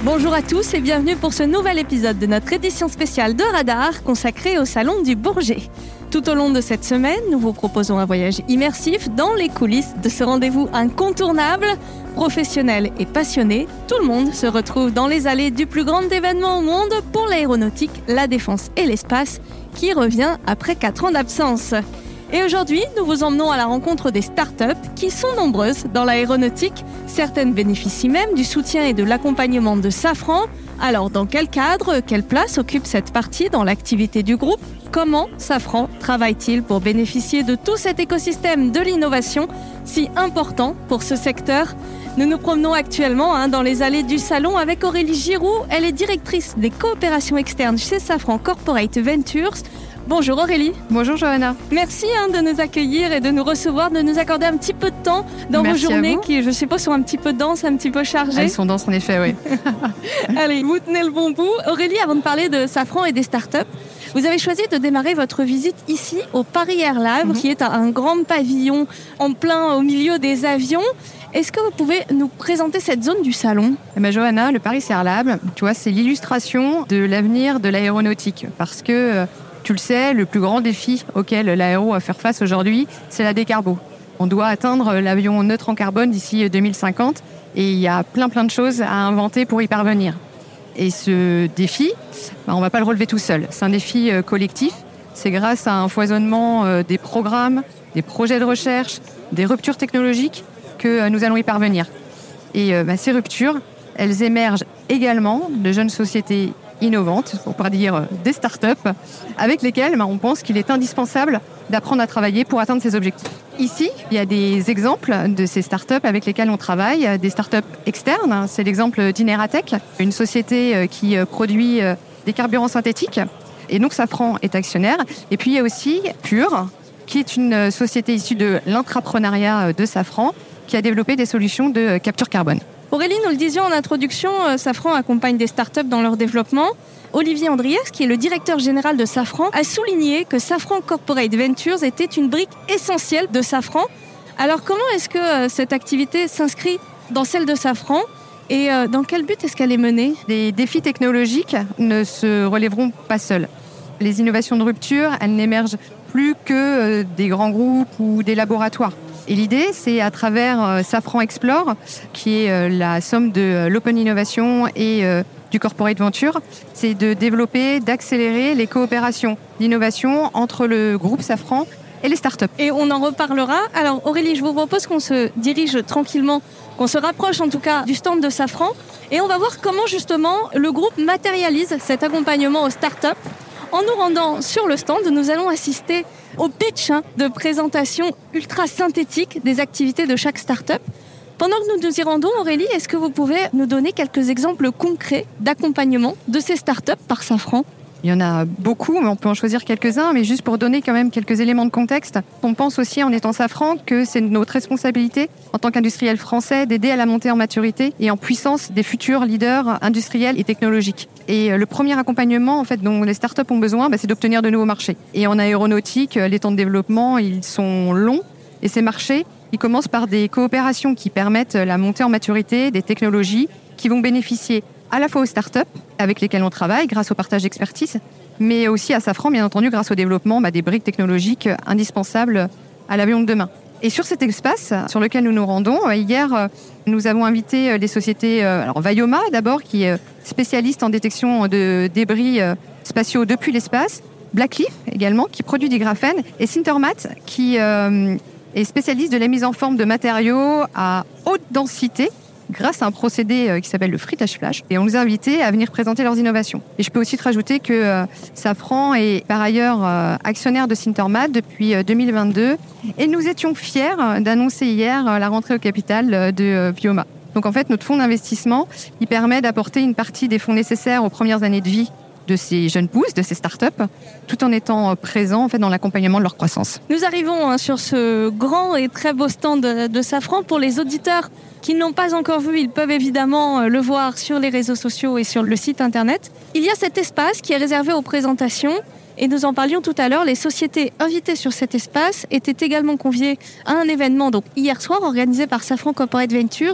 Bonjour à tous et bienvenue pour ce nouvel épisode de notre édition spéciale de Radar consacrée au Salon du Bourget. Tout au long de cette semaine, nous vous proposons un voyage immersif dans les coulisses de ce rendez-vous incontournable. Professionnels et passionnés, tout le monde se retrouve dans les allées du plus grand événement au monde pour l'aéronautique, la défense et l'espace, qui revient après 4 ans d'absence. Et aujourd'hui, nous vous emmenons à la rencontre des startups qui sont nombreuses dans l'aéronautique. Certaines bénéficient même du soutien et de l'accompagnement de Safran. Alors, dans quel cadre, quelle place occupe cette partie dans l'activité du groupe ? Comment Safran travaille-t-il pour bénéficier de tout cet écosystème de l'innovation si important pour ce secteur ? Nous nous promenons actuellement dans les allées du salon avec Aurélie Giroux. Elle est directrice des coopérations externes chez Safran Corporate Ventures. Bonjour Aurélie. Bonjour Johanna. Merci de nous accueillir et de nous recevoir, de nous accorder un petit peu de temps dans vos journées qui, je suppose, sont un petit peu denses, un petit peu chargées. Elles sont denses en effet, oui. Allez, vous tenez le bon bout. Aurélie, avant de parler de Safran et des startups, vous avez choisi de démarrer votre visite ici au Paris Air Lab, qui est un grand pavillon en plein au milieu des avions. Est-ce que vous pouvez nous présenter cette zone du salon ? Johanna, le Paris Air Lab, tu vois, c'est l'illustration de l'avenir de l'aéronautique. Parce que, tu le sais, le plus grand défi auquel l'aéro a à faire face aujourd'hui, c'est la décarbo. On doit atteindre l'avion neutre en carbone d'ici 2050 et il y a plein de choses à inventer pour y parvenir. Et ce défi, on ne va pas le relever tout seul. C'est un défi collectif. C'est grâce à un foisonnement des programmes, des projets de recherche, des ruptures technologiques que nous allons y parvenir. Et ces ruptures, elles émergent également de jeunes sociétés innovantes, pour pas dire des startups, avec lesquelles on pense qu'il est indispensable d'apprendre à travailler pour atteindre ces objectifs. Ici, il y a des exemples de ces startups avec lesquelles on travaille, des startups externes. C'est l'exemple d'Ineratech, une société qui produit des carburants synthétiques. Et donc Safran est actionnaire. Et puis il y a aussi Pure, qui est une société issue de l'intrapreneuriat de Safran, qui a développé des solutions de capture carbone. Aurélie, nous le disions en introduction, Safran accompagne des startups dans leur développement. Olivier Andriès, qui est le directeur général de Safran, a souligné que Safran Corporate Ventures était une brique essentielle de Safran. Alors comment est-ce que cette activité s'inscrit dans celle de Safran et dans quel but est-ce qu'elle est menée ? Les défis technologiques ne se relèveront pas seuls. Les innovations de rupture, elles n'émergent plus que des grands groupes ou des laboratoires. Et l'idée, c'est à travers Safran Explore, qui est la somme de l'Open Innovation et du Corporate Venture, c'est de développer, d'accélérer les coopérations d'innovation entre le groupe Safran et les startups. Et on en reparlera. Alors Aurélie, je vous propose qu'on se dirige tranquillement, qu'on se rapproche en tout cas du stand de Safran, et on va voir comment justement le groupe matérialise cet accompagnement aux startups. En nous rendant sur le stand, nous allons assister au pitch de présentation ultra synthétique des activités de chaque start-up. Pendant que nous nous y rendons, Aurélie, est-ce que vous pouvez nous donner quelques exemples concrets d'accompagnement de ces start-up par Safran ? Il y en a beaucoup, mais on peut en choisir quelques-uns. Mais juste pour donner quand même quelques éléments de contexte, on pense aussi en étant Safran que c'est notre responsabilité en tant qu'industriel français d'aider à la montée en maturité et en puissance des futurs leaders industriels et technologiques. Et le premier accompagnement dont les startups ont besoin, c'est d'obtenir de nouveaux marchés. Et en aéronautique, les temps de développement, ils sont longs. Et ces marchés, ils commencent par des coopérations qui permettent la montée en maturité des technologies qui vont bénéficier à la fois aux startups avec lesquelles on travaille grâce au partage d'expertise, mais aussi à Safran, bien entendu, grâce au développement des briques technologiques indispensables à l'avion de demain. Et sur cet espace sur lequel nous nous rendons, hier, nous avons invité les sociétés, Vaioma d'abord, qui est spécialiste en détection de débris spatiaux depuis l'espace, Blackleaf également, qui produit du graphène, et Sintermat, qui est spécialiste de la mise en forme de matériaux à haute densité, grâce à un procédé qui s'appelle le frittage flash. Et on nous a invités à venir présenter leurs innovations. Et je peux aussi te rajouter que Safran est par ailleurs actionnaire de Sintermat depuis 2022. Et nous étions fiers d'annoncer hier la rentrée au capital de Vaioma. Donc en fait, notre fonds d'investissement, il permet d'apporter une partie des fonds nécessaires aux premières années de vie de ces jeunes pousses, de ces startups, tout en étant présents dans l'accompagnement de leur croissance. Nous arrivons sur ce grand et très beau stand de Safran. Pour les auditeurs qui ne l'ont pas encore vu, ils peuvent évidemment le voir sur les réseaux sociaux et sur le site internet. Il y a cet espace qui est réservé aux présentations. Et nous en parlions tout à l'heure, les sociétés invitées sur cet espace étaient également conviées à un événement hier soir organisé par Safran Corporate Ventures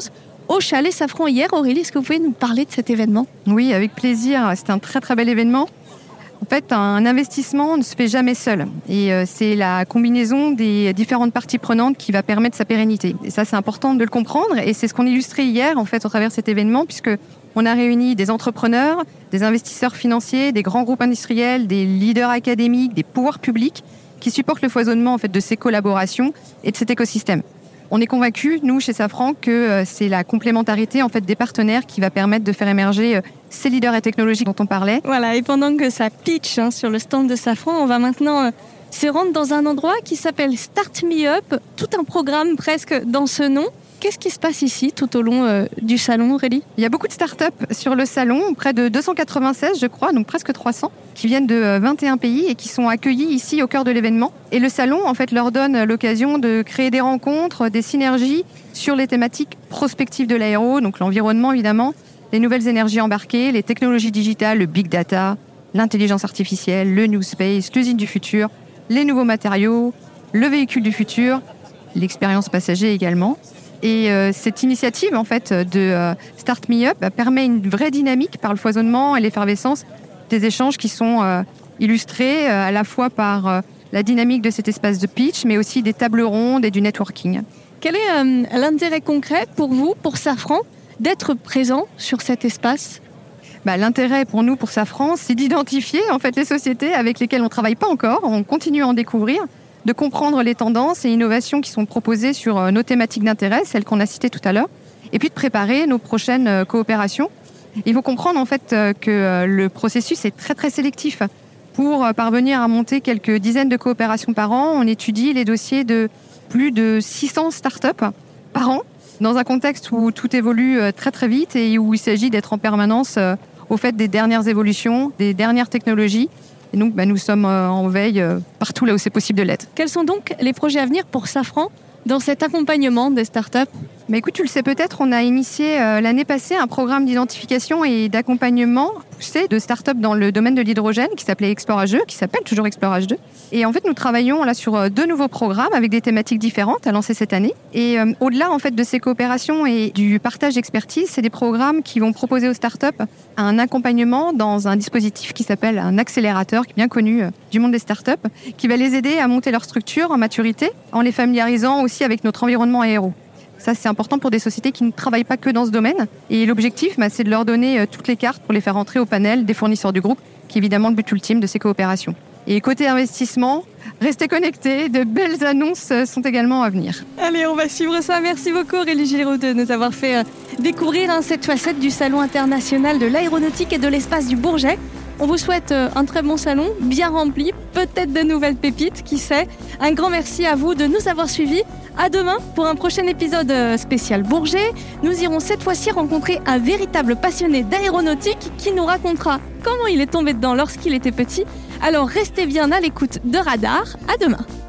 au Chalet Safran hier. Aurélie, est-ce que vous pouvez nous parler de cet événement ? Oui, avec plaisir. C'était un très très bel événement. En fait, un investissement ne se fait jamais seul. Et c'est la combinaison des différentes parties prenantes qui va permettre sa pérennité. Et ça, c'est important de le comprendre. Et c'est ce qu'on illustrait hier, en fait, au travers de cet événement, puisque on a réuni des entrepreneurs, des investisseurs financiers, des grands groupes industriels, des leaders académiques, des pouvoirs publics qui supportent le foisonnement, en fait, de ces collaborations et de cet écosystème. On est convaincus, nous, chez Safran, que c'est la complémentarité en fait, des partenaires qui va permettre de faire émerger ces leaders et technologies dont on parlait. Voilà, et pendant que ça pitch sur le stand de Safran, on va maintenant se rendre dans un endroit qui s'appelle Start Me Up, tout un programme presque dans ce nom. Qu'est-ce qui se passe ici tout au long du salon, Aurélie ? Il y a beaucoup de start-up sur le salon, près de 296 je crois, donc presque 300, qui viennent de 21 pays et qui sont accueillis ici au cœur de l'événement. Et le salon en fait leur donne l'occasion de créer des rencontres, des synergies sur les thématiques prospectives de l'aéro, donc l'environnement évidemment, les nouvelles énergies embarquées, les technologies digitales, le big data, l'intelligence artificielle, le new space, l'usine du futur, les nouveaux matériaux, le véhicule du futur, l'expérience passager également. Et cette initiative en fait de Start Me Up permet une vraie dynamique par le foisonnement et l'effervescence des échanges qui sont illustrés à la fois par la dynamique de cet espace de pitch, mais aussi des tables rondes et du networking. Quel est l'intérêt concret pour vous, pour Safran, d'être présent sur cet espace ? L'intérêt pour nous, pour Safran, c'est d'identifier en fait les sociétés avec lesquelles on ne travaille pas encore, on continue à en découvrir, de comprendre les tendances et innovations qui sont proposées sur nos thématiques d'intérêt, celles qu'on a citées tout à l'heure, et puis de préparer nos prochaines coopérations. Il faut comprendre en fait que le processus est très très sélectif. Pour parvenir à monter quelques dizaines de coopérations par an, on étudie les dossiers de plus de 600 startups par an, dans un contexte où tout évolue très très vite et où il s'agit d'être en permanence au fait des dernières évolutions, des dernières technologies. Et donc, nous sommes en veille partout là où c'est possible de l'être. Quels sont donc les projets à venir pour Safran dans cet accompagnement des startups ? Écoute, tu le sais peut-être, on a initié l'année passée un programme d'identification et d'accompagnement poussé de startups dans le domaine de l'hydrogène qui s'appelait Explore H2, qui s'appelle toujours Explore H2. Et en fait, nous travaillons là sur 2 nouveaux programmes avec des thématiques différentes à lancer cette année. Et au-delà en fait de ces coopérations et du partage d'expertise, c'est des programmes qui vont proposer aux startups un accompagnement dans un dispositif qui s'appelle un accélérateur, qui est bien connu du monde des startups, qui va les aider à monter leur structure en maturité, en les familiarisant aussi avec notre environnement aéro. Ça, c'est important pour des sociétés qui ne travaillent pas que dans ce domaine. Et l'objectif, c'est de leur donner toutes les cartes pour les faire entrer au panel des fournisseurs du groupe, qui est évidemment le but ultime de ces coopérations. Et côté investissement, restez connectés, de belles annonces sont également à venir. Allez, on va suivre ça. Merci beaucoup Aurélie Giraud de nous avoir fait découvrir cette facette du Salon international de l'aéronautique et de l'espace du Bourget. On vous souhaite un très bon salon, bien rempli, peut-être de nouvelles pépites, qui sait. Un grand merci à vous de nous avoir suivis. À demain pour un prochain épisode spécial Bourget. Nous irons cette fois-ci rencontrer un véritable passionné d'aéronautique qui nous racontera comment il est tombé dedans lorsqu'il était petit. Alors restez bien à l'écoute de Radar. À demain.